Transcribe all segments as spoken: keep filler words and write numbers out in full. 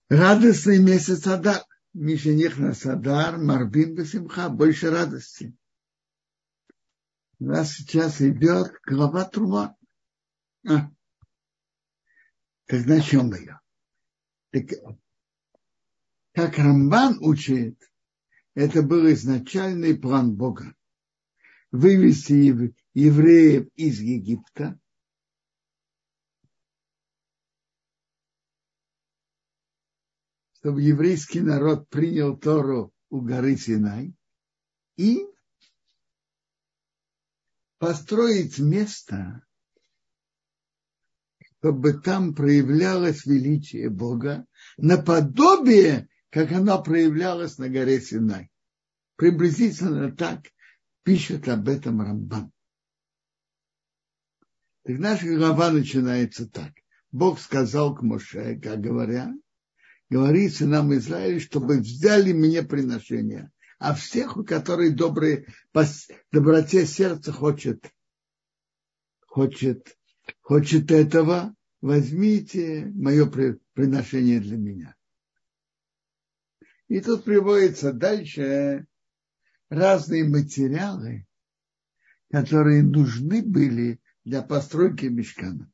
Радостный месяц Адар. Мишених на Садар, Марбин Басимха, больше радости. У нас сейчас идет глава Трума. А, как начнем ее. Так, как Рамбан учит, это был изначальный план Бога. Вывести ев, евреев из Египта, чтобы еврейский народ принял Тору у горы Синай и построить место, чтобы там проявлялось величие Бога, наподобие, как оно проявлялось на горе Синай. Приблизительно так пишет об этом Рамбан. Так наша глава начинается так. Бог сказал к Моше, как говоря, говори сынам Израиля, чтобы взяли мне приношения, а всех, у которых добрые, по доброте сердца хочет, хочет, хочет этого, возьмите мое приношение для меня. И тут приводятся дальше разные материалы, которые нужны были для постройки мишкана.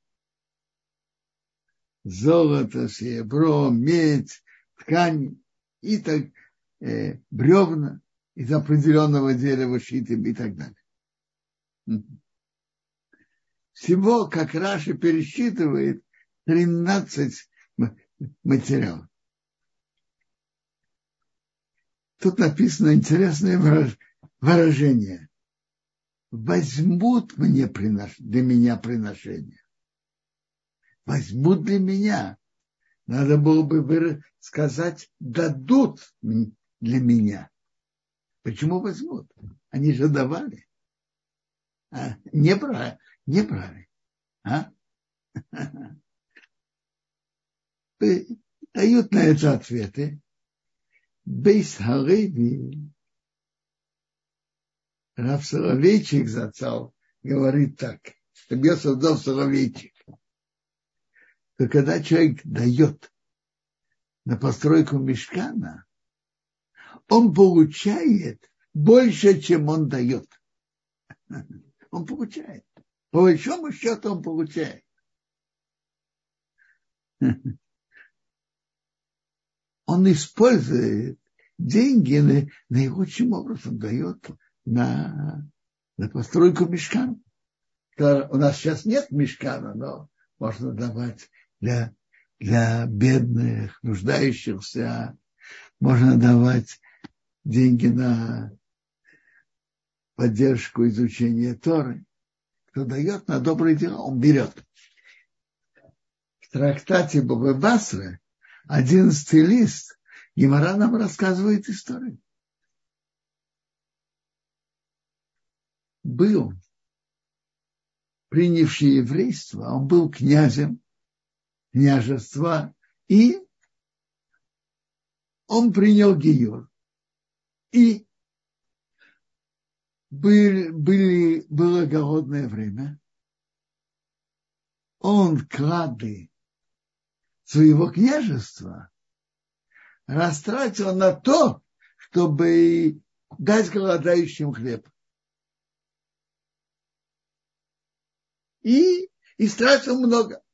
Золото, серебро, медь, ткань и так, э, бревна из определенного дерева шитым и так далее. Всего, как Раши пересчитывает, тринадцать материалов. Тут написано интересное выражение. Возьмут мне принош... для меня приношение. Возьмут для меня. Надо было бы сказать, дадут для меня. Почему возьмут? Они же давали. А? Не брали. Не брали. А? Дают на это ответы. Бейс Халеви, Рав Соловейчик зацал, говорит так, чтобы я создал Соловейчик. То когда человек дает на постройку мишкана, он получает больше, чем он дает. Он получает. По большому счету он получает. Он использует деньги наилучшим образом, дает на, на постройку мишкана. У нас сейчас нет мишкана, но можно давать для, для бедных, нуждающихся, можно давать деньги на поддержку изучения Торы. Кто дает на добрые дела, он берет. В трактате Бабы Басры одиннадцатый лист, Гемара нам рассказывает историю. Был принявший еврейство, он был князем княжества, и он принял гиюр. И были, были, было голодное время. Он клады своего княжества растратил на то, чтобы дать голодающим хлеб. И истратил много.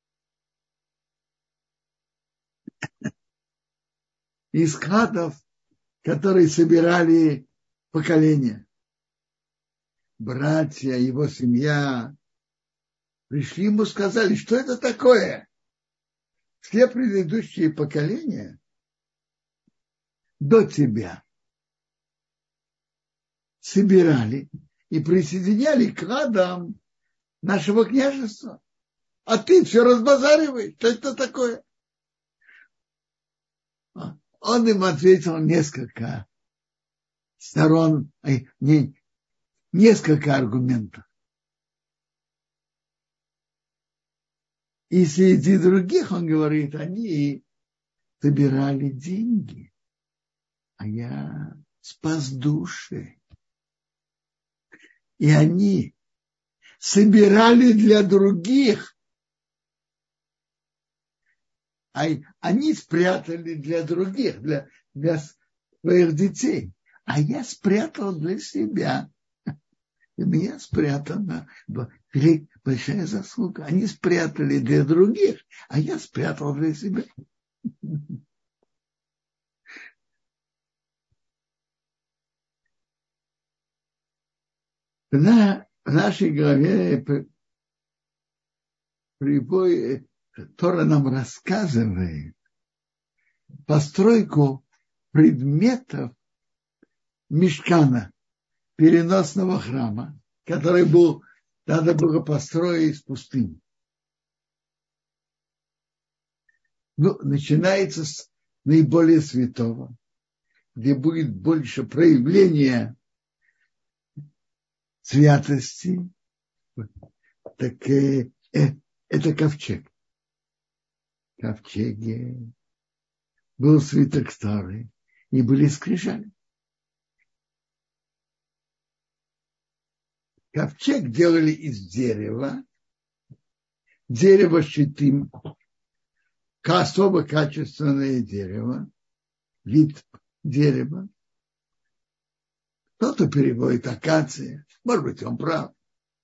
Из кладов, которые собирали поколения. Братья, его семья пришли ему, сказали, что это такое? Все предыдущие поколения до тебя собирали и присоединяли к кладам нашего княжества. А ты все разбазариваешь. Что это такое? Он им ответил несколько сторон, не, несколько аргументов. И среди других, он говорит, они собирали деньги, а я спас души. И они собирали для других а они спрятали для других, для, для своих детей. А я спрятал для себя. У меня спрятана большая заслуга. Они спрятали для других, а я спрятал для себя. На нашей главе прибой Тора нам рассказывает постройку предметов мишкана, переносного храма, который был, надо было построить из пустыни. Ну, начинается с наиболее святого, где будет больше проявления святости. Так э, э, это ковчег. В ковчеге был свиток старый, и были скрижали. Ковчег делали из дерева, дерево щитим, особо качественное дерево, вид дерева. Кто-то переводит акация, может быть, он прав.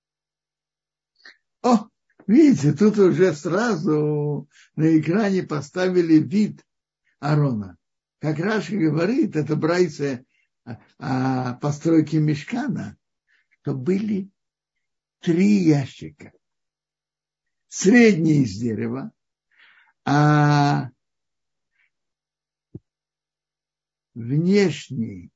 О, видите, тут уже сразу на экране поставили вид Аарона. Как Раши говорит, это брайса о постройке мишкана, что были три ящика. Средний из дерева, а внешний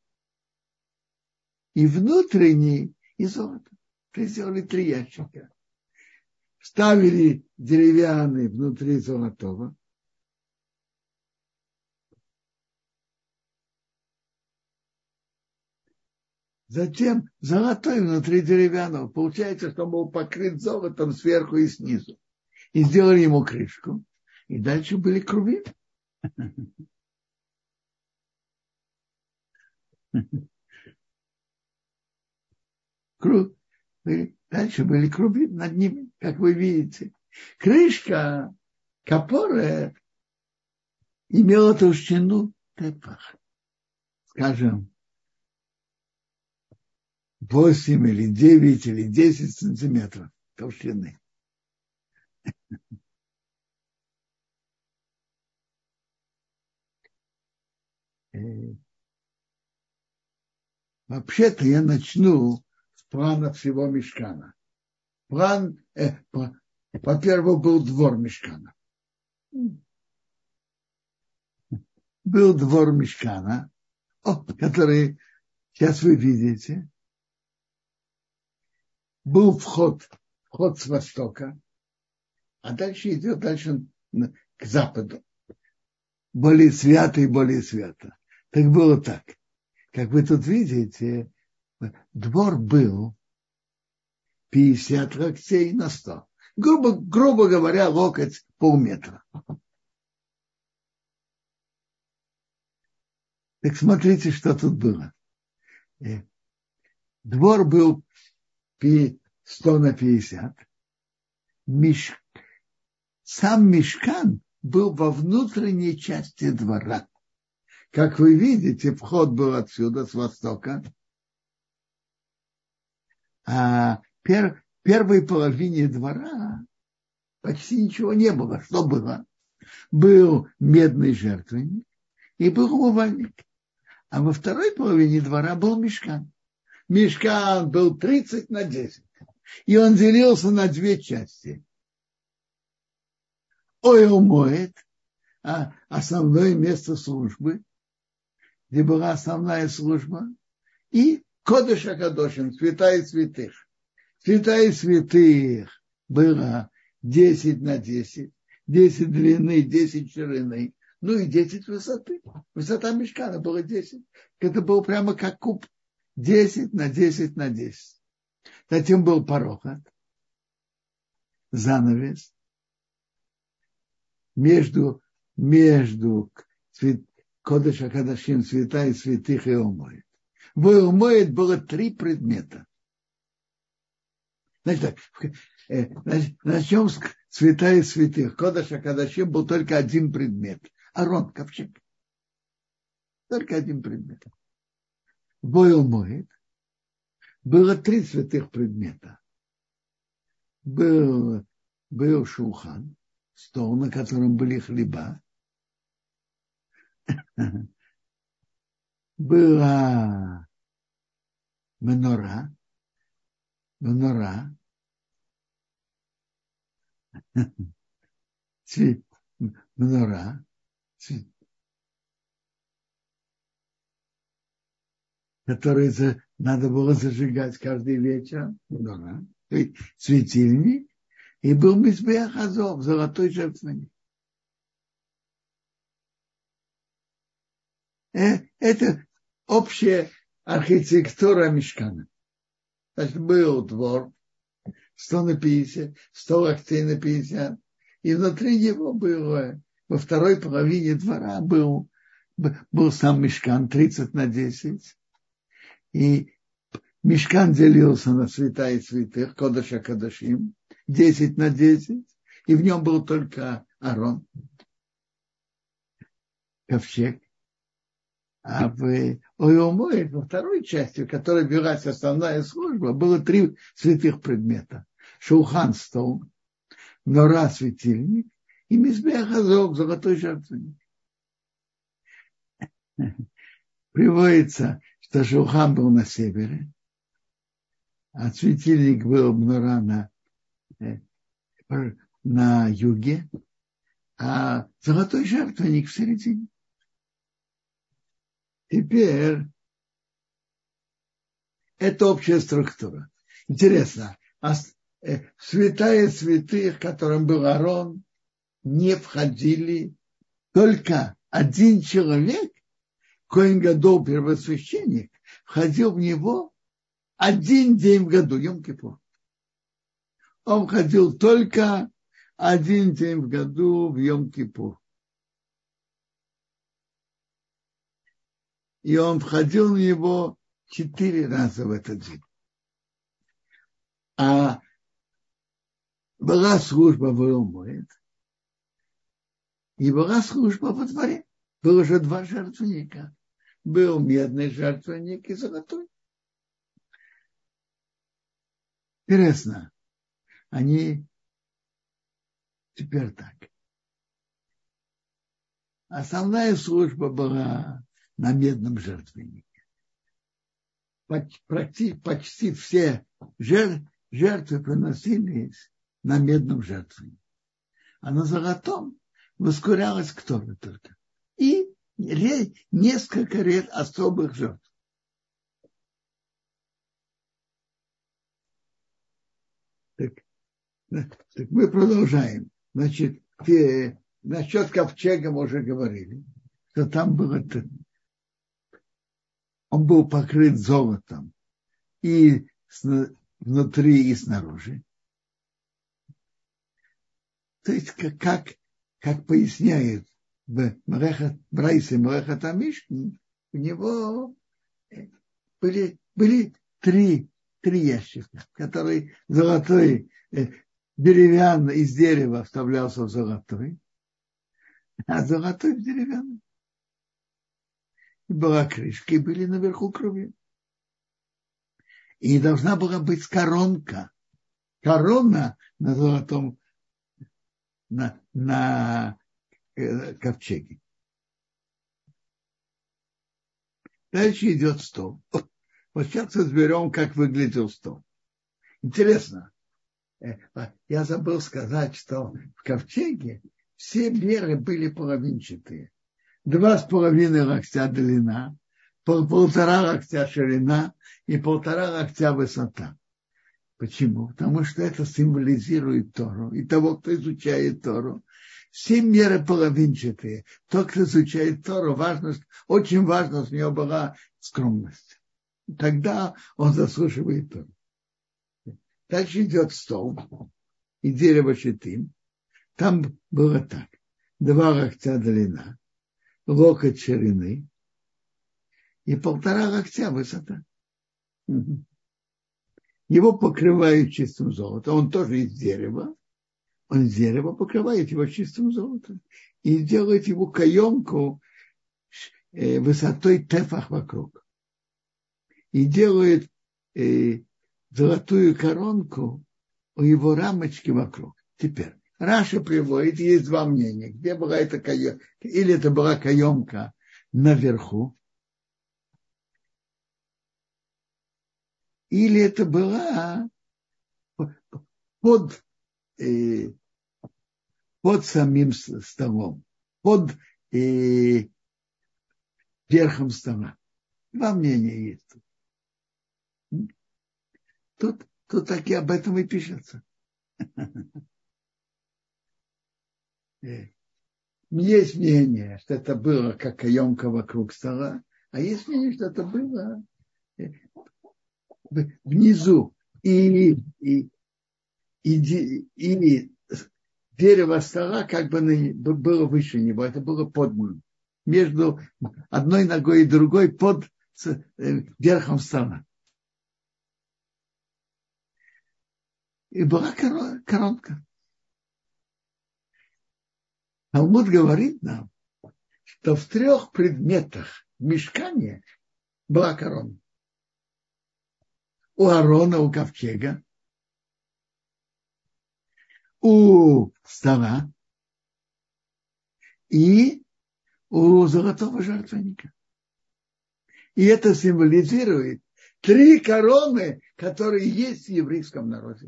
и внутренний из золота. То есть сделали три ящика. Ставили деревянный внутри золотого. Затем золотой внутри деревянного. Получается, что он был покрыт золотом сверху и снизу. И сделали ему крышку. И дальше были крувим. Дальше были крувим над ними, как вы видите. Крышка капора имела толщину тепах. Скажем, восемь или девять или десять сантиметров толщины. Вообще-то я начну с плана всего мишкана. План, э, по, во-первых, был двор мишкана. Был двор мишкана, о, который сейчас вы видите. Был вход, вход с востока, а дальше идет дальше к западу. Более свято и более свято. Так было так. Как вы тут видите, двор был пятьдесят локтей на сто. Грубо, грубо говоря, локоть полметра. Так смотрите, что тут было. Двор был сто на пятьдесят. Миш... Сам мишкан был во внутренней части двора. Как вы видите, вход был отсюда, с востока. А пер... первой половине двора почти ничего не было. Что было? Был медный жертвенник и был умывальник. А во второй половине двора был мишкан. Мишкан был тридцать на десять. И он делился на две части. Ойл моет, а основное место службы, где была основная служба, и Кодеш Акадошим, святая святых. Святая святых было десять на десять, десять длины, десять ширины, ну и десять высоты. Высота мишкана была десять. Это было прямо как куб. десять на десять на десять. Затем был парохат, занавес, между, между Кодеш Акадашим, святая святых и Омоет. В Омоет было три предмета. Значит так, начнем с, святая святых, Кодеш ха-Кодашим, был только один предмет. Арон, ковчег. Только один предмет. В Ойл Моэд было три святых предмета. Был, был шулхан, стол, на котором были хлеба. Была менора, менора, менора, которую надо было зажигать каждый вечер, менора, то есть светильник, и был мизбеах азов, золотой жертвенник. Это общая архитектура мишкана. Значит, был двор, сто на пятьдесят, сто локтей на пятьдесят, и внутри него было, во второй половине двора был, был сам мишкан тридцать на десять, и мишкан делился на святая святых, Кодеш ха-Кодашим, десять на десять, и в нем был только Арон, ковчег. А в Ойл Моэд, во второй части, в которой велась основная служба, было три святых предмета. Шулхан, стол, нора, светильник, и мизбеах азов, золотой жертвенник. Приводится, что шулхан был на севере, а светильник был нора на, на юге, а золотой жертвенник в середине. Теперь это общая структура. Интересно, а святая святых, которым был Арон, не входили только один человек, коэн гадол, первосвященник, входил в него один день в году, Йом-Кипур. Он входил только один день в году в Йом-Кипур. И он входил в него четыре раза в этот день. А была служба в Ойл Моэд, и была служба во дворе. Было уже два жертвенника. Был медный жертвенник и золотой. Интересно. Они теперь так. Основная служба была на медном жертвеннике. Почти, почти все жертвы приносились на медном жертвеннике. А на золотом воскурялось кто-то только. И несколько лет особых жертв. Так, так мы продолжаем. Значит, те, насчет ковчега мы уже говорили, что там было... Он был покрыт золотом и внутри, и снаружи. То есть, как, как, как поясняет в Брайсе Мелехат ха-Мишна, у него были, были три, три ящика, которые золотой, деревянный, из дерева вставлялся в золотой, а золотой в деревянный. Была крышка, и были наверху круги. И должна была быть коронка. Корона на золотом, на, на э, ковчеге. Дальше идет стол. Вот сейчас разберем, как выглядел стол. Интересно. Я забыл сказать, что в ковчеге все меры были половинчатые. Два с половиной локтя длина, пол, полтора локтя ширина и полтора локтя высота. Почему? Потому что это символизирует Тору и того, кто изучает Тору. Все меры половинчатые. Тот, кто изучает Тору, важно, очень важно, что у него была скромность. Тогда он заслуживает Тору. Дальше идет стол и дерево щитим. Там было так. Два локтя длина, локоть ширины и полтора локтя высота. Его покрывают чистым золотом. Он тоже из дерева, Он дерево покрывает его чистым золотом и делает его каемку э, высотой тефах вокруг. И делает э, золотую коронку у его рамочки вокруг. Теперь Раша приводит, есть два мнения, где была эта каемка. Или это была каемка наверху, или это была под, э, под самим столом, под э, верхом стола. Два мнения есть тут. Тут, тут так и об этом и пишется. Есть мнение, что это было как каемка вокруг стола, а есть мнение, что это было внизу. И, и, и, и дерево стола как бы было выше него, это было под ним. Между одной ногой и другой под верхом стола. И была коронка. Талмуд говорит нам, что в трех предметах в мишкане была корона. У Аарона, у ковчега, у стола и у золотого жертвенника. И это символизирует три короны, которые есть в еврейском народе.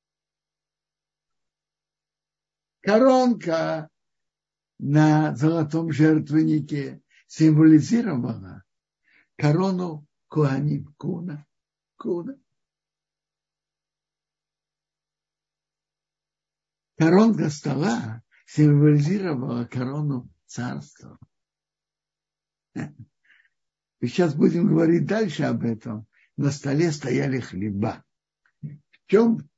Коронка на золотом жертвеннике символизировала корону Коаним, Куна. Куна. Коронка стола символизировала корону царства. И сейчас будем говорить дальше об этом. На столе стояли хлеба. В чем,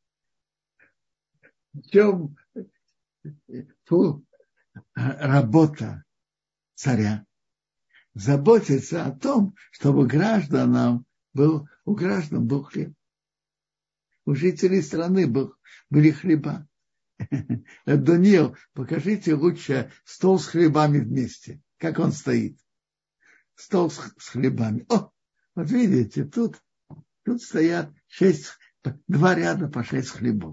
в чем фу, работа царя? Заботиться о том, чтобы гражданам был, у граждан был хлеб. У жителей страны был, были хлеба. Даниил, покажите лучше стол с хлебами вместе. Как он стоит. Стол с, с хлебами. О, вот видите, тут, тут стоят шесть, два ряда по шесть хлебов.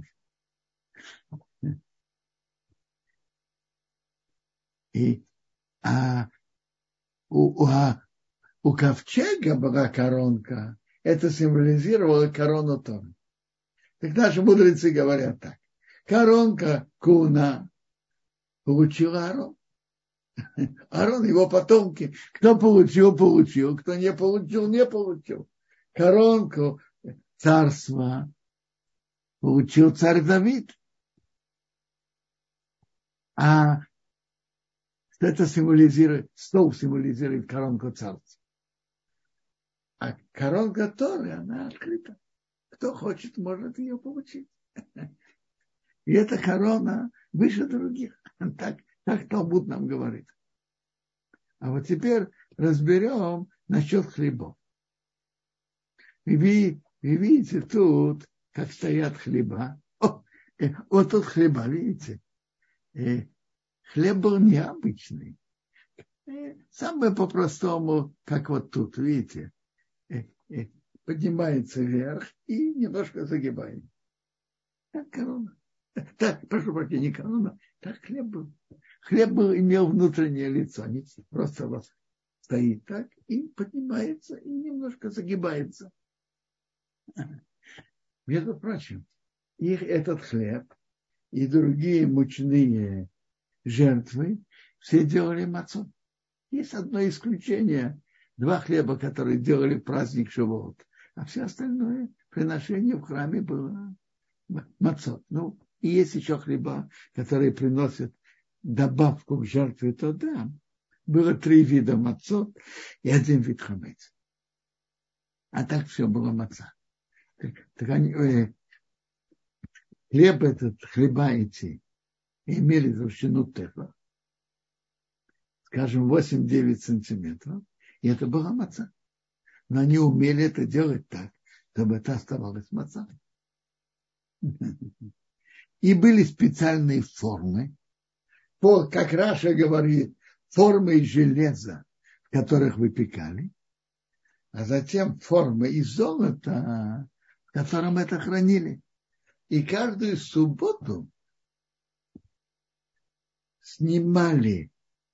И, а, у, у, а, у ковчега была коронка. Это символизировало корону Торы. Так наши мудрецы говорят так. Коронка Куна получила Аарон. Аарон, его потомки. Кто получил, получил. Кто не получил, не получил. Коронку царства получил царь Давид. А это символизирует, стол символизирует коронку царства. А коронка Торы, она открыта. Кто хочет, может ее получить. И эта корона выше других. Так, так Талмуд нам говорит. А вот теперь разберем насчет хлебов. И вы, вы видите тут, как стоят хлеба. О, э, вот тут хлеба, видите? Э, хлеб был необычный. Э, самое по-простому, как вот тут, видите? Э, э, поднимается вверх и немножко загибает. Так корона. Так, прошу прощения, не корона, так хлеб был. Хлеб был, имел внутреннее лицо, не просто вот стоит так и поднимается, и немножко загибается. Между прочим, их этот хлеб и другие мучные жертвы все делали мацот. Есть одно исключение, два хлеба, которые делали праздник Шавуот, а все остальное приношение в храме было мацот. Ну, и есть еще хлеба, которые приносят добавку к жертве туда. Было три вида мацот и один вид хамец. А так все было маца. Так, так они, э, хлеб этот, хлеба эти, имели толщину тефа, скажем, восемь-девять сантиметров, и это была маца. Но они умели это делать так, чтобы это оставалось маца. И были специальные формы, по, как Раша говорит, формы из железа, в которых выпекали, а затем формы из золота, в котором это хранили. И каждую субботу снимали,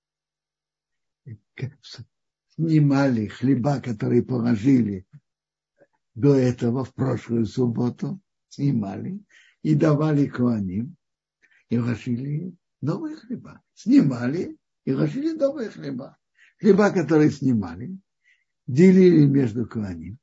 снимали хлеба, которые положили до этого в прошлую субботу, снимали и давали коаним, и ложили новые хлеба. Снимали и ложили новые хлеба. Хлеба, которые снимали, делили между коаним,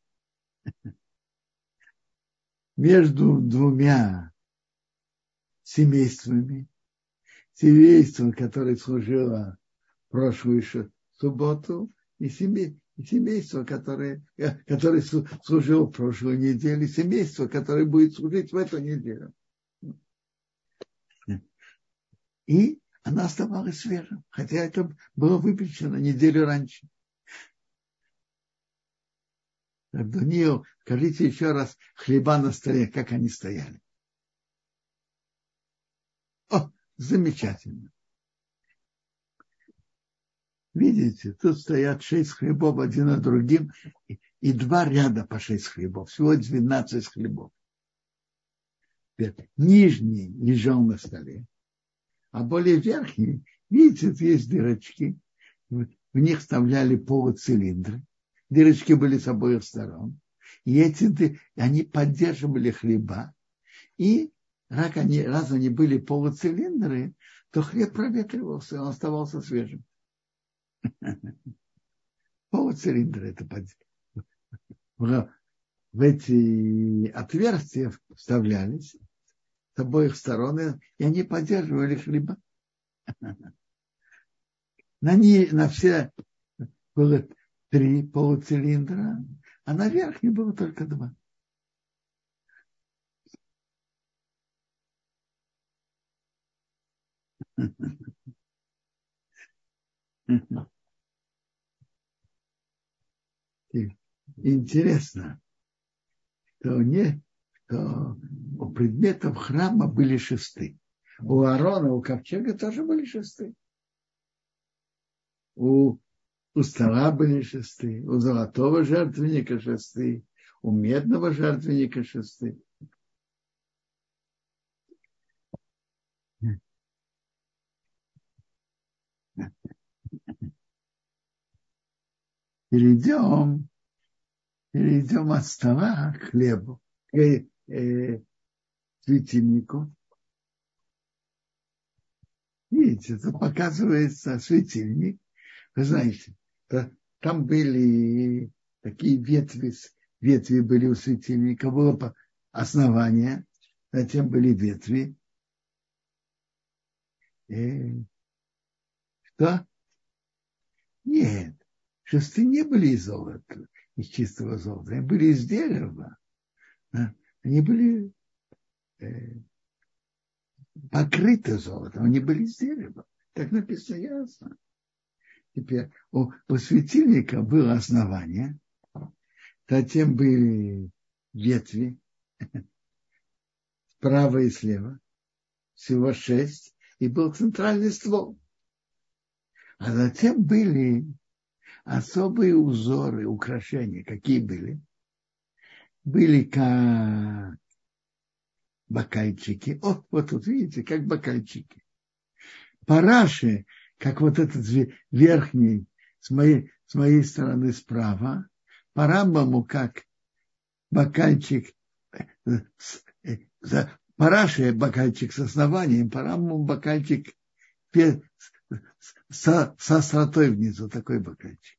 между двумя семействами. Семейство, которое служило прошлую субботу, и семейство, которое, которое служило прошлую неделю, семейство, которое будет служить в эту неделю. И она оставалась свежей, хотя это было выпечено неделю раньше. Даниил, скажите еще раз, хлеба на столе, как они стояли. О, замечательно. Видите, тут стоят шесть хлебов один над другим, и, и два ряда по шесть хлебов, всего двенадцать хлебов. Нижний лежал на столе, а более верхний, видите, тут есть дырочки, в них вставляли полуцилиндры, дырочки были с обоих сторон, и эти, они поддерживали хлеба, и раз они, раз они были полуцилиндры, то хлеб проветривался, он оставался свежим. Полуцилиндр это под... в, в эти отверстия вставлялись с обоих сторон, и они поддерживали хлеба. На, не, на все было три полуцилиндра, а на верхней было только два. Интересно, что, не, что у предметов храма были шесты. У Аарона, у ковчега тоже были шесты. У, у стола были шесты, у золотого жертвенника шесты, у медного жертвенника шесты. Перейдем, перейдем от стола к хлебу, к э, светильнику. Видите, это показывается светильник. Вы знаете, там были такие ветви, ветви были у светильника, было основание, затем были ветви. И что? Нет, шесты не были из золота, из чистого золота, они были из дерева. Они были э, покрыты золотом, они были из дерева. Так написано ясно. Теперь у, у светильника было основание, затем были ветви справа и слева, всего шесть, и был центральный ствол. А затем были особые узоры, украшения. Какие были? Были как бокальчики. О, вот тут видите, как бокальчики. Параши, как вот этот верхний с моей, с моей стороны справа, по Рамбаму как бокальчик, параши бокальчик с основанием, по Рамбаму бокальчик со, со остротой внизу, такой бокальчик.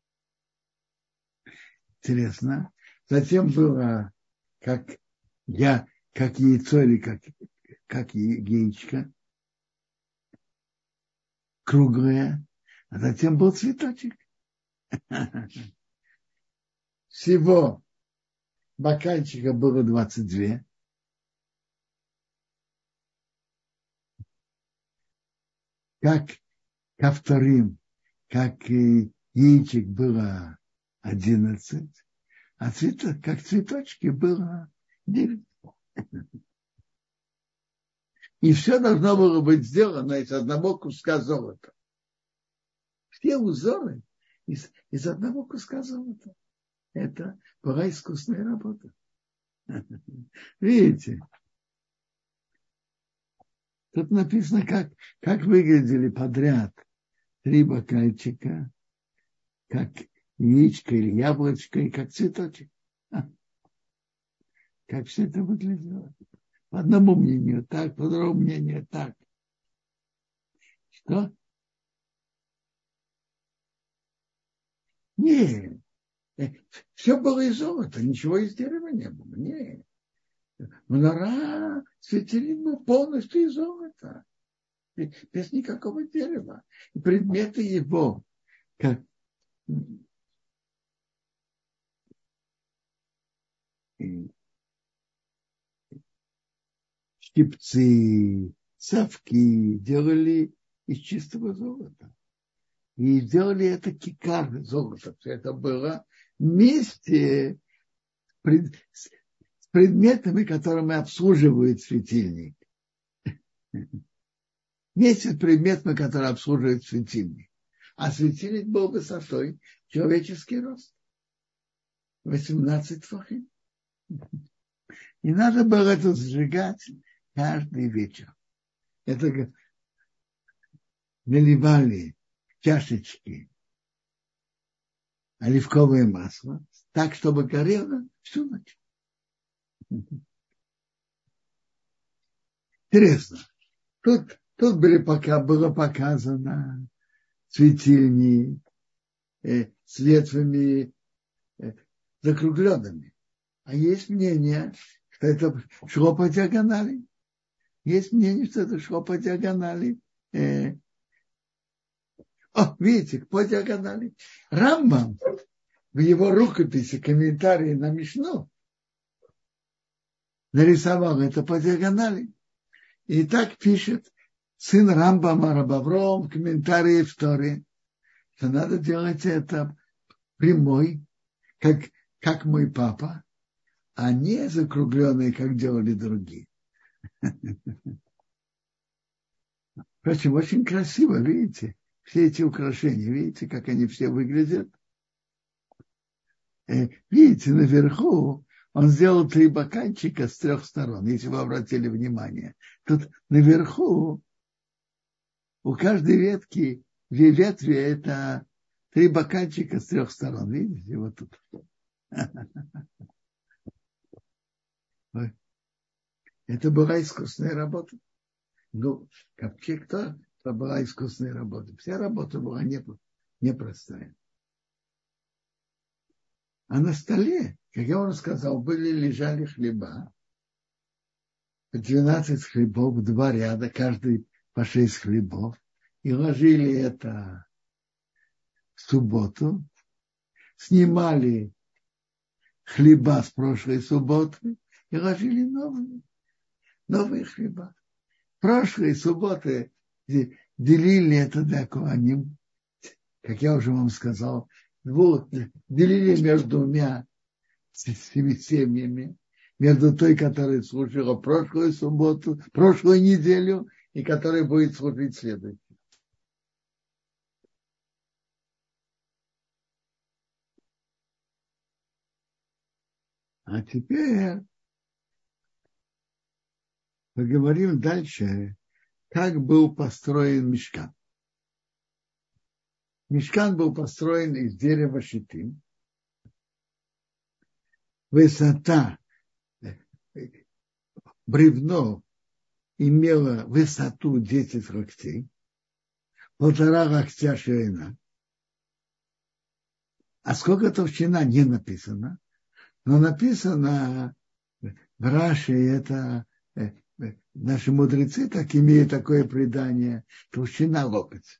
Интересно. Затем было как, я, как яйцо или как, как яичко, круглое, а затем был цветочек. Всего бокальчика было двадцать два. Как ко вторым, как и яичек было одиннадцать, а цветок, как цветочки было девять. И все должно было быть сделано из одного куска золота. Все узоры из, из одного куска золота. Это была искусная работа. Видите? Тут написано, как, как выглядели подряд три бокальчика, как яичко или яблочко, и как цветочек. А, как все это выглядело. По одному мнению так, по другому мнению так. Что? Нет. Все было из золота, ничего из дерева не было. Нет. Мнора, светильник был полностью из золота. Без никакого дерева. И предметы его, как щипцы, совки делали из чистого золота. И сделали это кикар золота. Все это было вместе с предметами, которыми обслуживают светильник. Вместе с предметами, которые обслуживают светильник. А светильник был высотой человеческий рост. восемнадцать твахим. И надо было это сжигать каждый вечер. Это наливали чашечки оливковое масло так, чтобы горело всю ночь. Интересно. Тут, тут были пока, было показано светильник э, с ветвями э, закругленными. А есть мнение, что это шло по диагонали. Есть мнение, что это шло по диагонали. Э, О, видите, по диагонали. Рамбам в его рукописи, комментарии на Мишну, нарисовал это по диагонали. И так пишет сын Рамбама Рав Авроам в комментарии в Торе, что надо делать это прямой, как, как мой папа, а не закругленный, как делали другие. Впрочем, очень красиво, видите, все эти украшения, видите, как они все выглядят. Видите, наверху он сделал три бокальчика с трех сторон, если вы обратили внимание. Тут наверху у каждой ветки две ветви, это три бокальчика с трех сторон. Видите, вот тут. Это была искусная работа. Ну, вообще кто? Это была искусная работа. Вся работа была непростая. А на столе, как я вам сказал, были, лежали хлеба. двенадцать хлебов, два ряда, каждый по шесть хлебов. И ложили это в субботу. Снимали хлеба с прошлой субботы и ложили новые, новые хлеба. Прошлые субботы делили это для коаним, как я уже вам сказал, двух, делили между двумя семьями, между той, которая служила прошлую субботу, прошлую неделю, и которая будет служить следующую. А теперь поговорим дальше, как был построен мишкан. Мишкан был построен из дерева шитим. Высота, бревно имело высоту десять локтей, полтора локтя ширина. А сколько толщина, не написано. Но написано в Раши, это наши мудрецы так имеют такое предание, толщина локоть.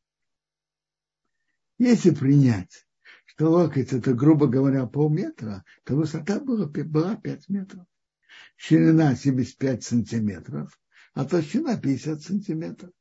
Если принять, что локоть это, грубо говоря, полметра, то высота была, была пять метров. Ширина семьдесят пять сантиметров, а толщина пятьдесят сантиметров.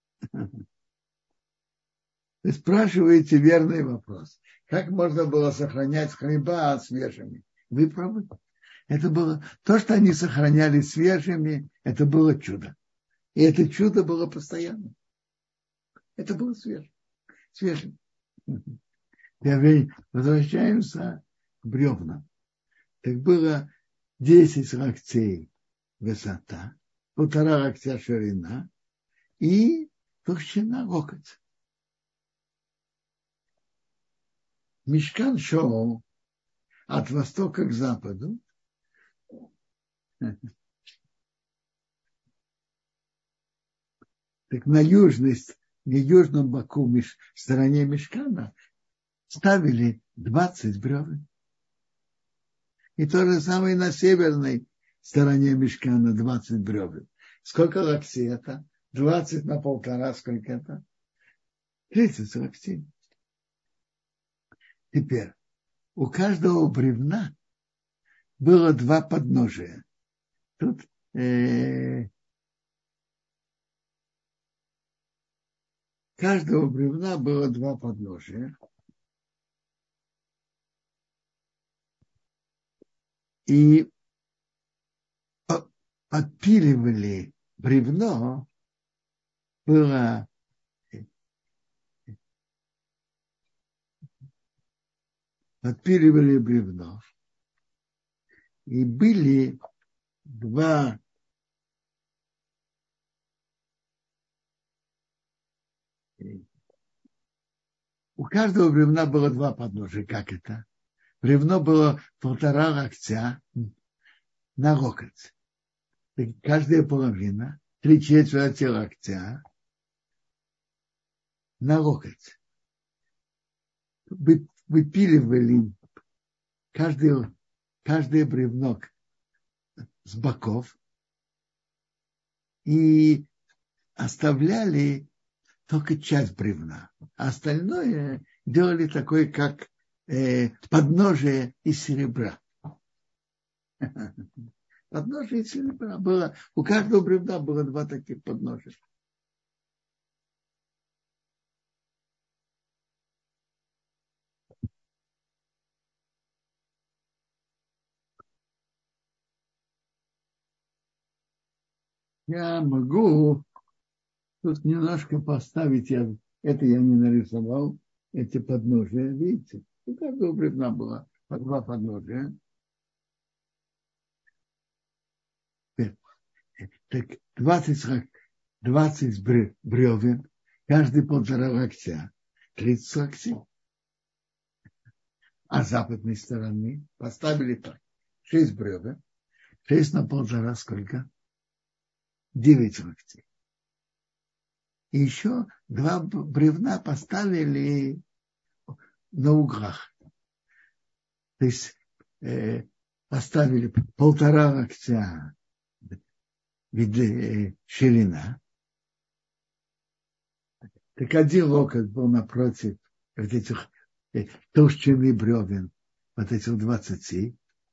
Вы спрашиваете верный вопрос. Как можно было сохранять хлеба свежими? Вы правы. Это было то, что они сохраняли свежими, это было чудо. И это чудо было постоянно. Это было свежим. Свежим. Теперь возвращаемся к бревнам. Так было десять локтей высота, полтора локтя ширина и толщина локоть. Мишкан шел от востока к западу. Так на южной, на южном боку, в стороне Мишкана ставили двадцать бревен. И то же самое на северной стороне Мишкана двадцать бревен. Сколько локтей это? двадцать на полтора, сколько это? тридцать локтей. Теперь, у каждого бревна было два подножия. Тут э, каждого бревна было два подножия. И подпиливали бревно, было подпиливали бревно, и были два у каждого бревна было два подножия. Как это? Бревно было полтора локтя на локоть. Каждая половина, три четверти локтя на локоть. Вы, выпиливали каждое, каждое бревно с боков и оставляли только часть бревна, а остальное делали такое, как э, подножие из серебра. Подножие из серебра было, у каждого бревна было два таких подножия. Я могу тут немножко поставить, я, это я не нарисовал, эти подножия, видите, у каждого бревна было по два подножия. Так двадцать, двадцать бревен, каждый полтора локтя, тридцать локтей. А с западной стороны поставили так, шесть бревен, шесть на полтора сколько? девять локтей. И еще два бревна поставили на углах. То есть э, поставили полтора локтя э, ширина. Так один локоть был напротив вот этих э, толщины бревен, вот этих двадцати.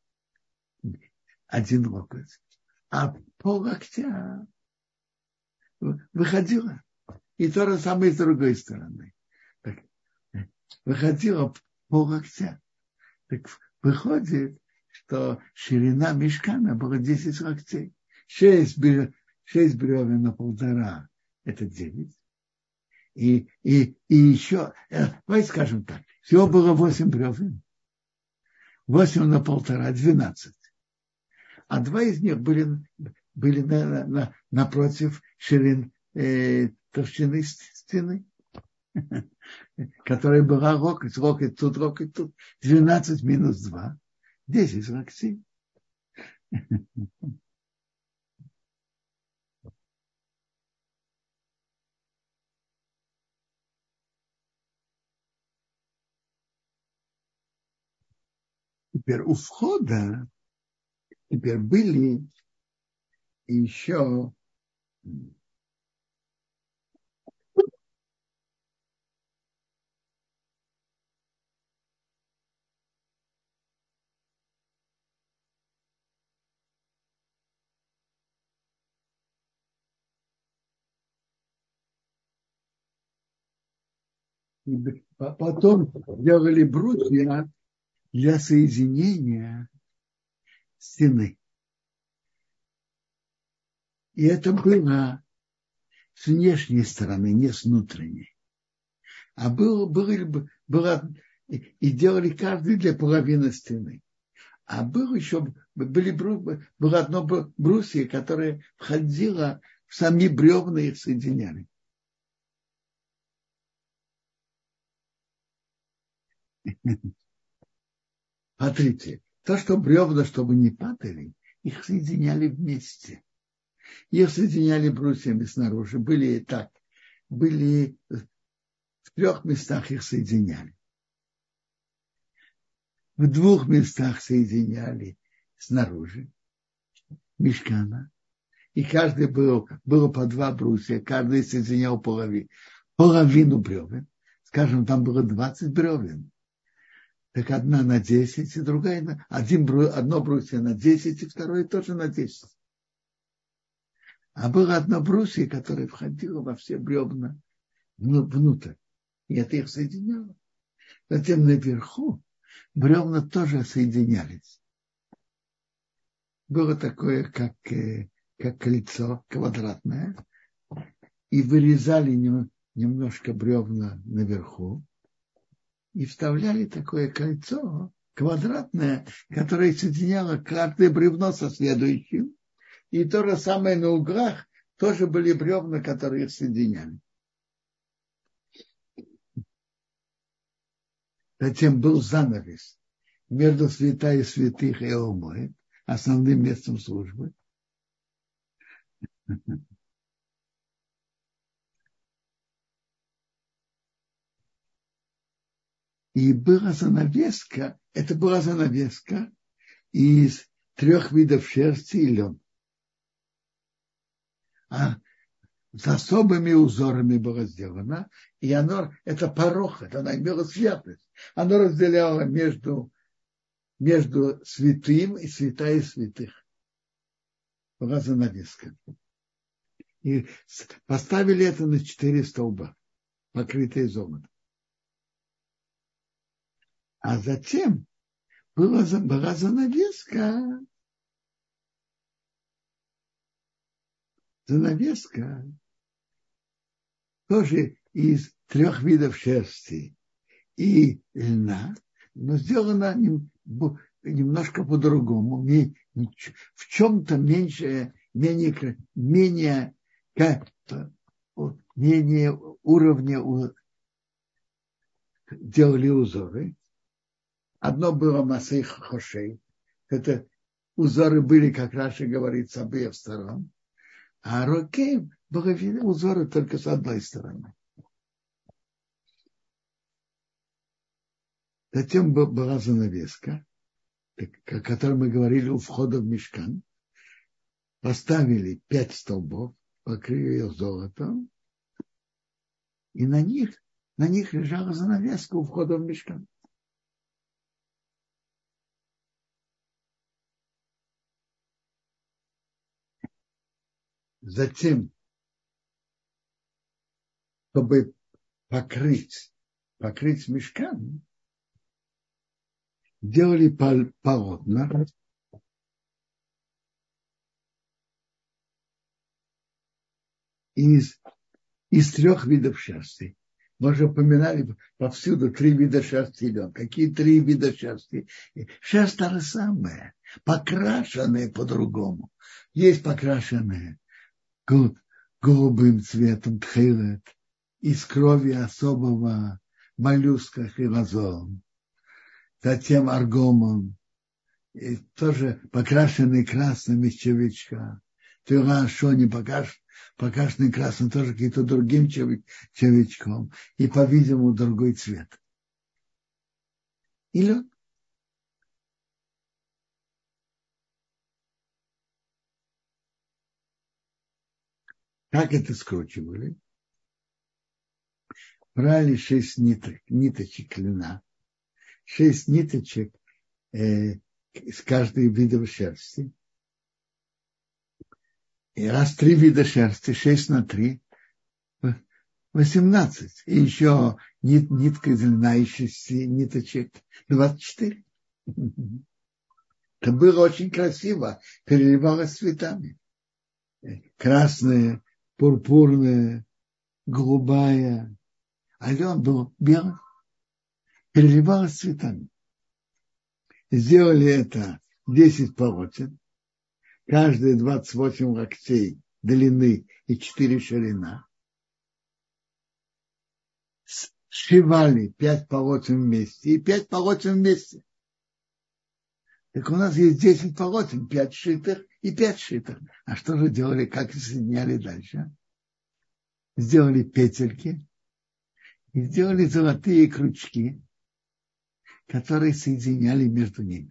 Один локоть. А пол локтя выходило. И то же самое с другой стороны. Так, выходило пол локтя. Так выходит, что ширина мишкана была десять локтей. Шесть, шесть бревен на полтора – это девять. И, и, и еще, давайте скажем так, всего было восемь бревен. Восемь на полтора – двенадцать. А два из них были, были на, на, напротив ширин э, толщины стены, которая была локоть, локоть тут, локоть тут. двенадцать минус два, десять локтей. Теперь у входа теперь были еще потом делали брусья для соединения стены. И это было с внешней стороны, не с внутренней. А было, было, было, и делали каждый для половины стены. А было еще, были, было одно брусье, которое входило в сами бревна и их соединяли. Смотрите, то, что бревна, чтобы не падали, их соединяли вместе. Их соединяли брусьями снаружи. Были так, были в трех местах их соединяли. В двух местах соединяли снаружи мишкана. И каждый был, было по два брусья, каждый соединял половину, половину бревен. Скажем, там было двадцать бревен. Так одна на десять, и другая на... Один, одно брусье на десять, и второе тоже на десять. А было одно брусье, которое входило во все бревна внутрь. И это их соединяло. Затем наверху бревна тоже соединялись. Было такое, как, как кольцо квадратное. И вырезали немножко бревна наверху. И вставляли такое кольцо квадратное, которое соединяло каждое бревно со следующим. И то же самое на углах тоже были бревна, которые их соединяли. Затем был занавес между святая святых и Омоид, основным местом службы. И была занавеска, это была занавеска из трех видов шерсти и лен. А с особыми узорами было сделано, и оно, это порохот, она имела святость. Оно разделяло между, между святым и святая святых. Была занавеска. И поставили это на четыре столба, покрытые золотом. А затем была, была занавеска, занавеска тоже из трех видов шерсти и льна, но сделана немножко по-другому, в чем-то меньше, менее, менее, менее уровня делали узоры. Одно было масей хошей. Это узоры были, как Раши говорит, с обеих сторон. А рокейм были узоры только с одной стороны. Затем была занавеска, о которой мы говорили у входа в мишкан. Поставили пять столбов, покрыли их золотом. И на них, на них лежала занавеска у входа в мишкан. Затем, чтобы покрыть, покрыть мишкан, делали полотна из, из трех видов шерсти. Мы уже упоминали повсюду три вида шерсти лен. Какие три вида шерсти? Шерсть та же самая, покрашенная по-другому. Есть покрашенная голубым цветом тхилет, из крови особого моллюска хилазон, затем аргомом, и тоже покрашенный красным из червячка. Тюра шони покрашенный красным тоже каким-то другим червячком, и, по-видимому, другой цвет. И лед. Как это скручивали? Брали шесть ниток, ниточек льна, шесть ниточек э, с каждой вида шерсти. И раз три вида шерсти, шесть на три, восемнадцать. И еще нит, нитка из льна из шести ниточек, двадцать четыре. Это было очень красиво, переливалось цветами. Красные, пурпурная, голубая, а лен был белый, переливалась цветами. Сделали это десять полотен, каждые двадцать восемь локтей длины и четыре ширина. Сшивали пять полотен вместе и пять полотен вместе. Так у нас есть десять полотен, пять шитых и пять шитых. А что же делали, как соединяли дальше? Сделали петельки и сделали золотые крючки, которые соединяли между ними.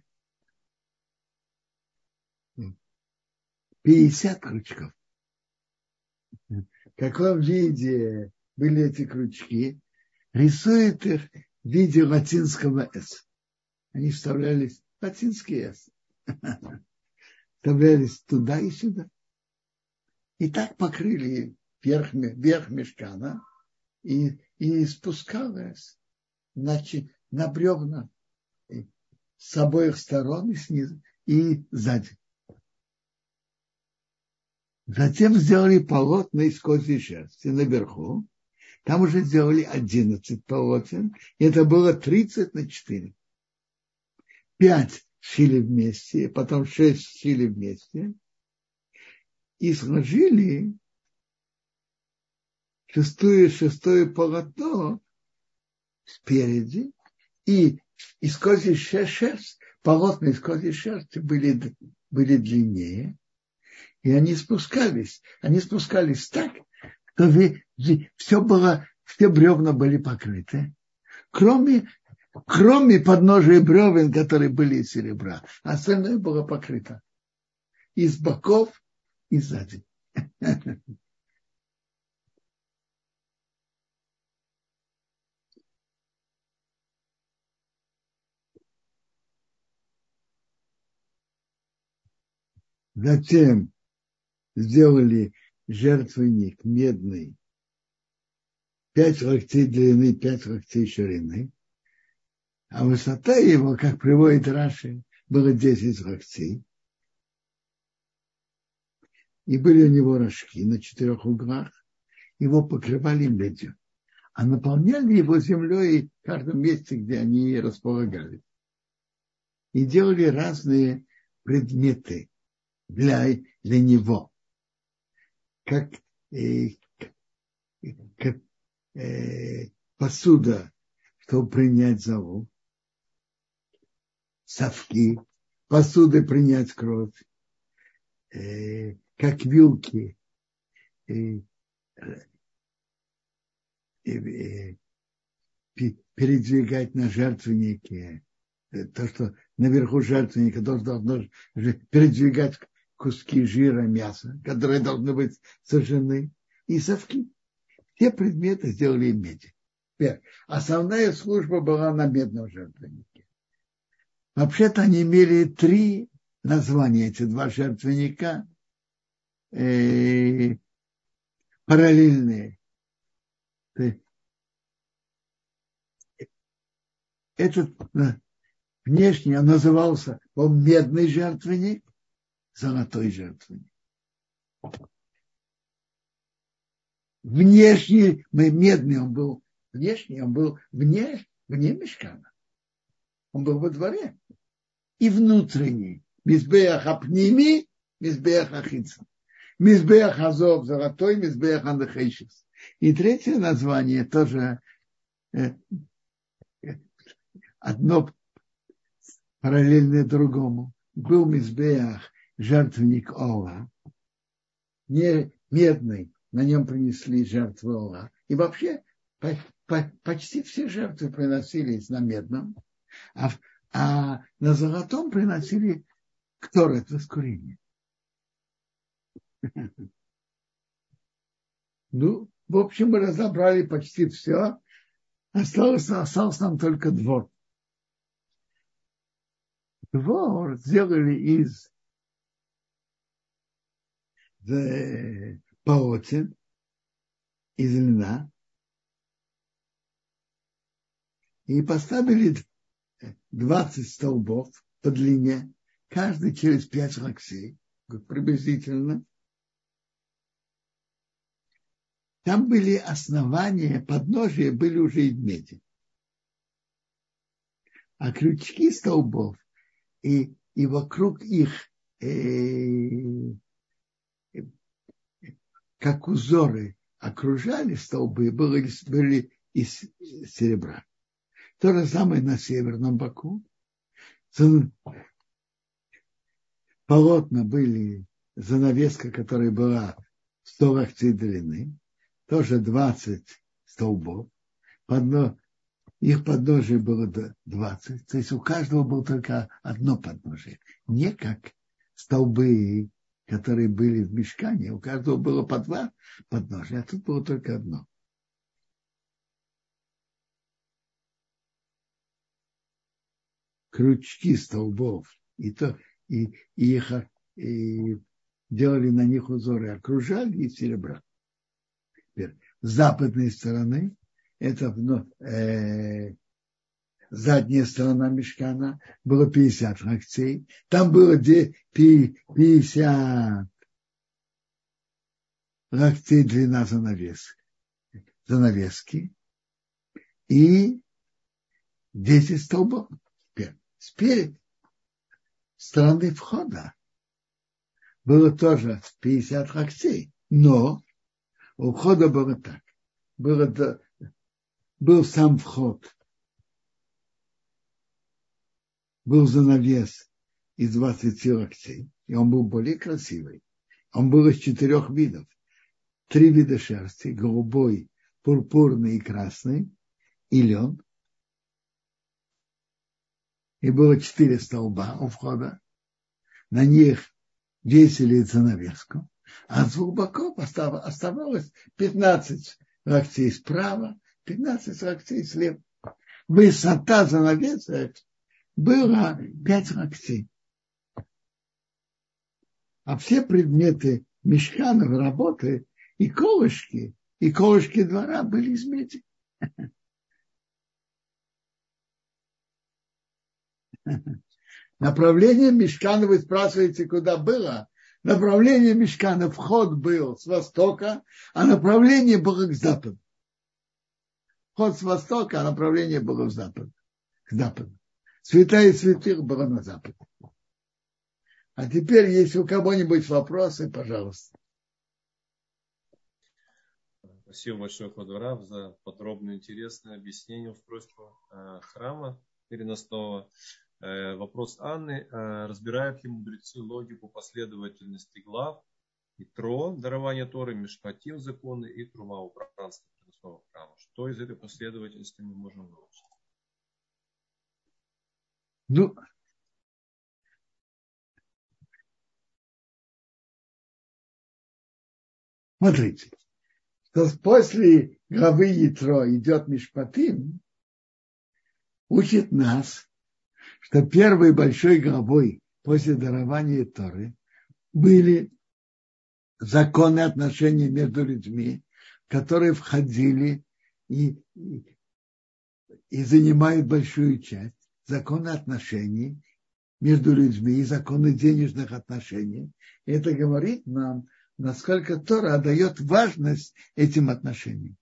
пятьдесят крючков. В каком виде были эти крючки? Рисует их в виде латинского «С». Они вставлялись, латинский «С». Вставлялись туда и сюда. И так покрыли верх, верх мешкана и, и спускалось значит, на бревна с обоих сторон и снизу, и сзади. Затем сделали полотна из козьей шерсти наверху. Там уже сделали одиннадцать полотен. И это было тридцать на четыре. пять шили вместе, потом шесть шили вместе. И сложили шестое, шестое полотно спереди. И из козьей шерсти, полотна из козьей шерсти были, были длиннее. И они спускались. Они спускались так, что все было, все бревна были покрыты. Кроме, кроме подножия бревен, которые были из серебра. Остальное было покрыто. И с боков, и сзади. Затем сделали жертвенник медный, пять локтей длины, пять локтей ширины, а высота его, как приводит Раши, было десять локтей. И были у него рожки на четырех углах, его покрывали медью, а наполняли его землей в каждом месте, где они располагались. И делали разные предметы для, для него. Как, э, как э, посуда, чтобы принять зову, совки, посуды принять кровь, э, как вилки, э, э, э, передвигать на жертвеннике, то, что наверху жертвенника должно передвигать куски жира, мяса, которые должны быть сожжены, и совки. Все предметы сделали из меди. Основная служба была на медном жертвеннике. Вообще-то они имели три названия, эти два жертвенника, э, параллельные. Этот внешне он назывался он медный жертвенник, золотой жертвенник. Внешне медный он был, внешне он был вне, вне мешкана. Он был во дворе. И внутренний. Мизбеах апними, мизбеах ахицин. Мизбеах азов золотой, мизбеах андахейшис. И третье название тоже э, одно параллельное другому. Был мизбеах жертвенник Ола, не медный, на нем принесли жертву Ола. И вообще по, по, почти все жертвы приносились на медном, а, а на золотом приносили кторет, воскурение. Ну, в общем, мы разобрали почти все. Осталось, остался нам только двор. Двор сделали из полотен, из льна, и поставили двадцать столбов по длине, каждый через пять локтей, приблизительно. там были основания, подножия были уже из меди. А крючки столбов и, и вокруг их, э, как узоры окружали столбы, были, были из серебра. То же самое на северном боку. Полотна были, занавеска, которая была сто локтей длины, тоже двадцать столбов. Подно, их подножие было двадцать. То есть у каждого было только одно подножие. Не как столбы, которые были в мишкане. У каждого было по два подножия, а тут было только одно. Крючки столбов и то и, и их и делали на них узоры, окружали из серебра. Теперь, с западной стороны это ну, э, задняя сторона мишкана, было пятьдесят локтей, там было пятьдесят локтей длина занавески, занавески и десять столбов. Теперь стороны входа было тоже пятьдесят локтей, но у входа было так. Было, был сам вход, был занавес из двадцати локтей, и он был более красивый. Он был из четырех видов. Три вида шерсти: голубой, пурпурный и красный, и лен. И было четыре столба у входа. На них весили занавеску. А с двух боков оставалось пятнадцать локтей справа, пятнадцать локтей слева. Высота занавеса была пять локтей. А все предметы мишканов, работы и колышки, и колышки двора были из меди. Направление мишкана, вы спрашиваете, куда было? Направление мишкана, вход был с востока, а направление было к западу. Вход с востока, а направление было к западу. К западу. Святая святых было на западе. А теперь, если у кого-нибудь вопросы, пожалуйста. Спасибо большое, Квадрав, за подробное интересное объяснение устройства э, храма переносного. Э, вопрос Анны. Э, разбирают ли мудрецы логику последовательности глав и тро, дарования Торы, Мишпатим, законы и Трума, убранства переносного храма? Что из этой последовательности мы можем выучить? Ну, смотрите, что после главы Ятро идет Мишпатим, учит нас, что первой большой главой после дарования Торы были законы отношений между людьми, которые входили и, и, и занимают большую часть. Законы отношений между людьми и законы денежных отношений. И это говорит нам, насколько Тора отдает важность этим отношениям.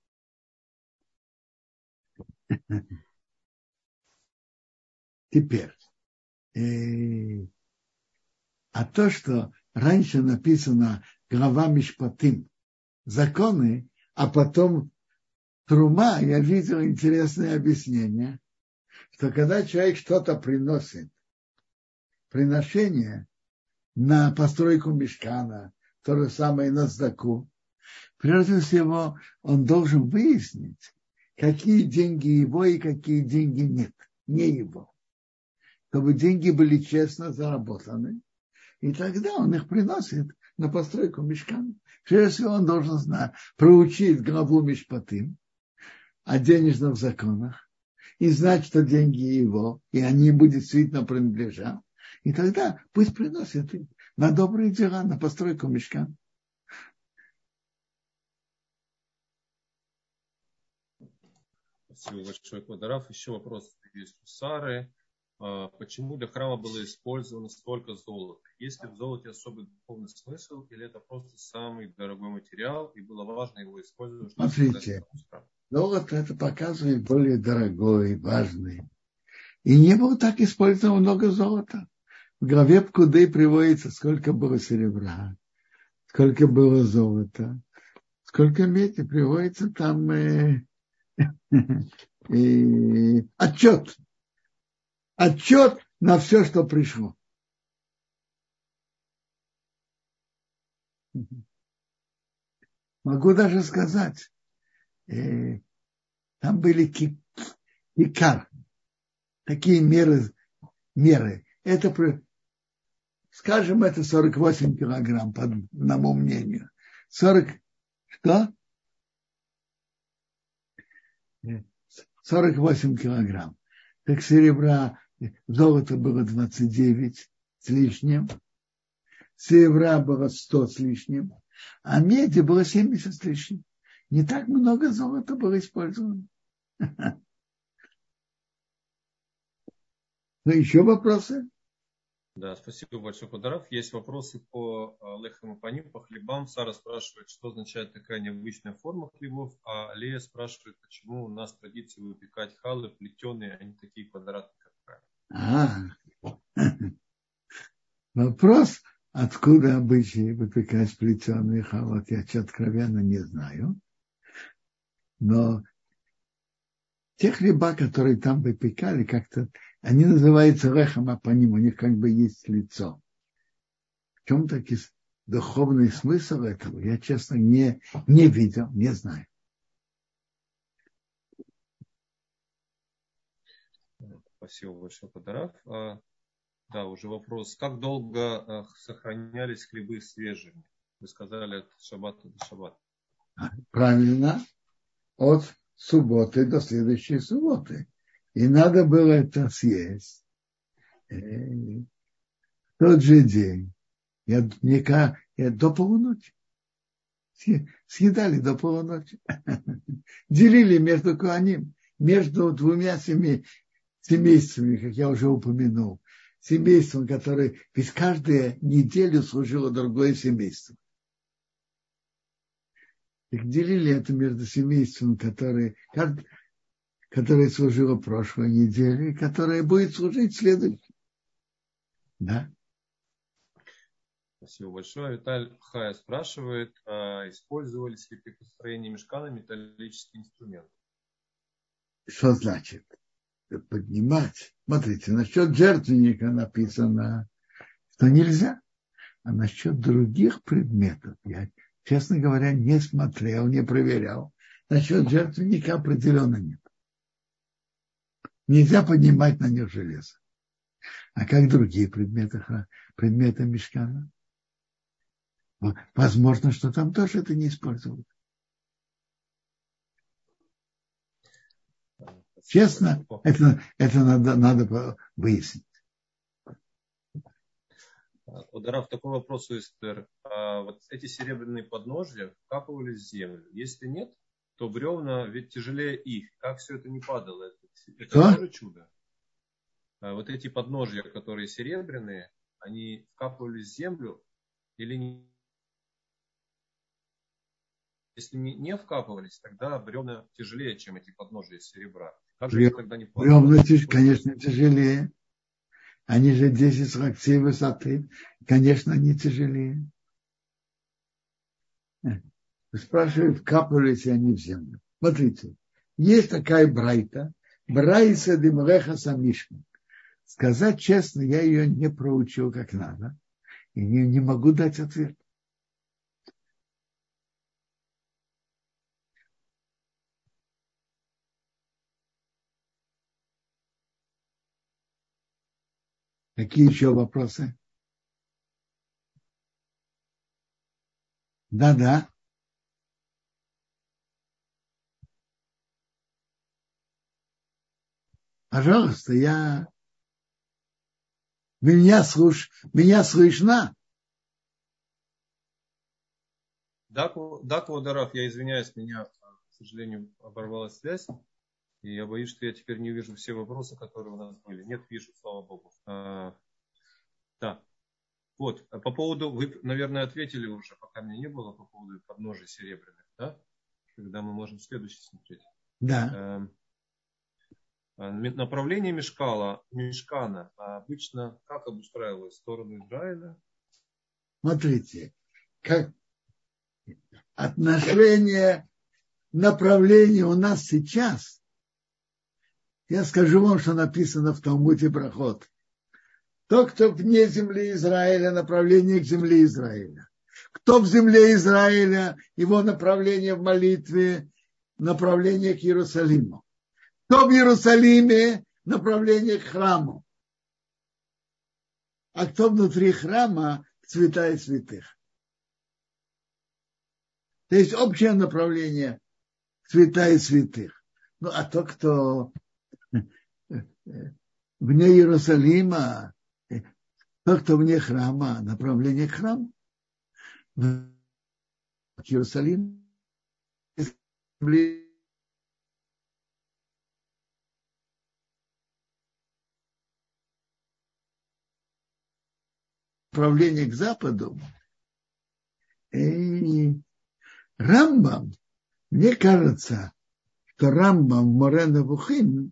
Теперь, э, а то, что раньше написано глава Мишпатим, законы, а потом Трума, я видел интересное объяснение, что когда человек что-то приносит, приношение на постройку мишкана, то же самое на сдаку, прежде всего он должен выяснить, какие деньги его и какие деньги нет, не его. Чтобы деньги были честно заработаны, и тогда он их приносит на постройку мишкана. Прежде всего он должен знать, проучить главу Мишпатим о денежных законах и знать, что деньги его, и они ему действительно принадлежат. И тогда пусть приносит их на добрые дела, на постройку мишкана. Спасибо большое, Квадрав. Еще вопрос есть у Сары. почему для храма было использовано столько золота? Есть ли в золоте особый духовный смысл, или это просто самый дорогой материал, и было важно его использовать, чтобы Смотрите, создать храм? золото это показывает более дорогой, важный. И не было так использовано много золота. В главе Пкуды приводится, сколько было серебра, сколько было золота, сколько меди. Приводится там э, э, отчет. Отчет на все, что пришло. Могу даже сказать, э, там были кикар, такие меры, меры. Это, скажем, это сорок восемь килограмм, по одному мнению. сорок, что? сорок восемь килограмм. Так серебра, золота было двадцать девять с лишним, серебра было сто с лишним, а меди было семьдесят с лишним. Не так много золота было использовано. Ну, еще вопросы? Да, спасибо большое, Кударов. Есть вопросы по лехам и паним, по хлебам. Сара спрашивает, что означает такая необычная форма хлебов, а Лея спрашивает, почему у нас традиция выпекать халы плетеные, а не такие квадратные, как правильно. А, вопрос, откуда обычай выпекать плетеный халат, я откровенно не знаю. Но те хлеба, которые там выпекали, как-то, они называются лехам апаним, у них как бы есть лицо. В чем таки духовный смысл этого, я, честно, не, не видел, не знаю. Спасибо большое, Кударов. Да, уже вопрос. Как долго сохранялись хлебы свежими? Вы сказали от шаббата до шаббата. Правильно. От субботы до следующей субботы. И надо было это съесть в тот же день. Я, мне, я до полуночи. Съедали до полуночи. Делили между коаним, между двумя семи, семействами, как я уже упомянул. Семейством, которое ведь каждую неделю служило другое семейство. Так делили это между семейством, которое, которое служило прошлой неделе, и которое будет служить следующей. Да? Спасибо большое. Виталий Хая спрашивает, а использовались ли при построении мешкана металлические инструменты? Что значит? Поднимать. Смотрите, насчет жертвенника написано, что нельзя. А насчет других предметов, я, честно говоря, не смотрел, не проверял. Насчет жертвенника определенно нет. Нельзя поднимать на них железо. А как другие предметы, предметы мишкана? Возможно, что там тоже это не используют. Честно, это, это надо, надо выяснить. Кударов, такой вопрос у Эстер. А вот эти серебряные подножья вкапывались в землю. Если нет, то бревна ведь тяжелее их. Как все это не падало? Это, это тоже чудо. А вот эти подножья, которые серебряные, они вкапывались в землю или не? Если не вкапывались, тогда бревна тяжелее, чем эти подножья из серебра. Как же это тогда не падало? Бревна, конечно, тяжелее. Они же десять локтей высоты. Конечно, они тяжелее. Спрашивают, вкапывались ли они в землю. Смотрите, есть такая брайта. Брайса димреха самишма. Сказать честно, я ее не проучил как надо. И не, не могу дать ответ. Какие еще вопросы? Да-да. Пожалуйста, я... Меня, слуш... Меня слышно? Да, да, Кударов, я извиняюсь, меня, к сожалению, оборвалась связь. И я боюсь, что я теперь не вижу все вопросы, которые у нас были. Нет, вижу, слава Богу. А, да. Вот, по поводу, вы, наверное, ответили уже, пока меня не было, по поводу подножия серебряных, да? Когда мы можем следующий смотреть. Да. Направление Мешкала, Мешкана обычно как обустраивалось в сторону Израиля? Смотрите, как отношение, направление у нас сейчас, я скажу вам, что написано в Талмуде Брахот. Тот, кто вне земли Израиля, направление к земле Израиля. Кто в земле Израиля, его направление в молитве, направление к Иерусалиму. Кто в Иерусалиме, направление к храму. А кто внутри храма, к святая святых. То есть общее направление к святая святых. Ну, а тот, кто вне Иерусалима, тот, кто вне храма, направление к храму. К Иерусалиму. Направление к западу. И Рамбам, мне кажется, что Рамбам в Море Невухим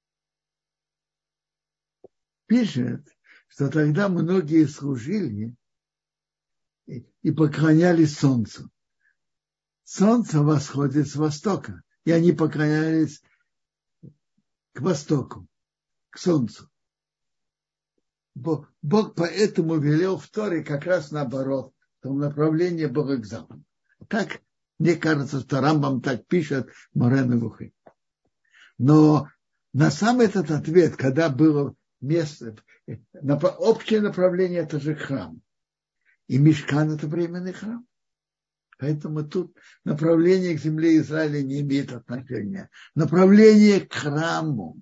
пишет, что тогда многие служили и поклонялись солнцу. Солнце восходит с востока, и они поклонялись к востоку, к солнцу. Бог поэтому велел в Торе как раз наоборот, в том направлении было к западу. Так, мне кажется, что Рамбам так пишет Море Невухим. Но на сам этот ответ, когда было место, общее направление, это же храм. И Мишкан – это временный храм. Поэтому тут направление к земле Израиля не имеет отношения. Направление к храму.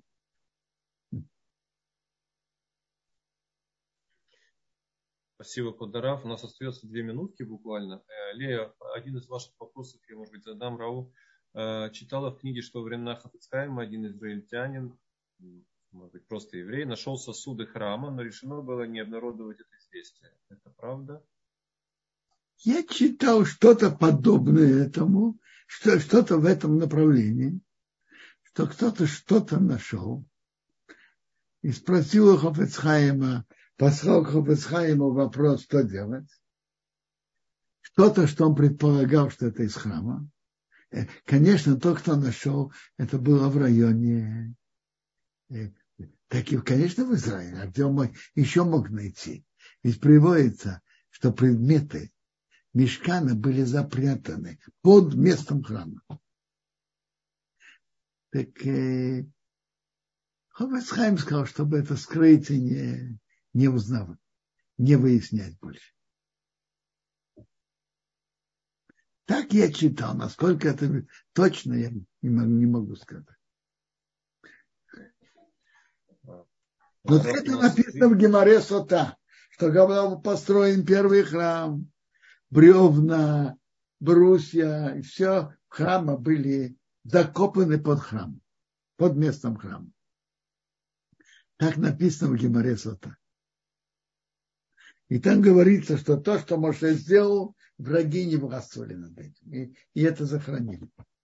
Спасибо, Кударав. У нас остается две минутки буквально. Лея, один из ваших вопросов я, может быть, задам Рау. Читала в книге, что во времена Хафец Хаима один израильтянин, может быть, просто еврей, нашел сосуды храма, но решено было не обнародовать это известие. Это правда? Я читал что-то подобное этому, что, что-то в этом направлении, что кто-то что-то нашел и спросил у Хафец Хаима, послал к Хафец Хаиму вопрос, что делать. Что-то, что он предполагал, что это из храма. Конечно, то, кто нашел, это было в районе, так и, конечно, в Израиле, а где он мог, еще мог найти. Ведь приводится, что предметы Мишкана были запрятаны под местом храма. Так э, Хафец Хаим сказал, чтобы это скрыть и не, не узнавать, не выяснять больше. Так я читал, насколько это точно, я не могу, не могу сказать. Но это написано в Гемаре Сота, что когда был построен первый храм, бревна, брусья, и все храма были закопаны под храм, под местом храма. Так написано в Гемаре Сота. И там говорится, что то, что Моше сделал, враги не властвовали над этим. И, и это сохранили.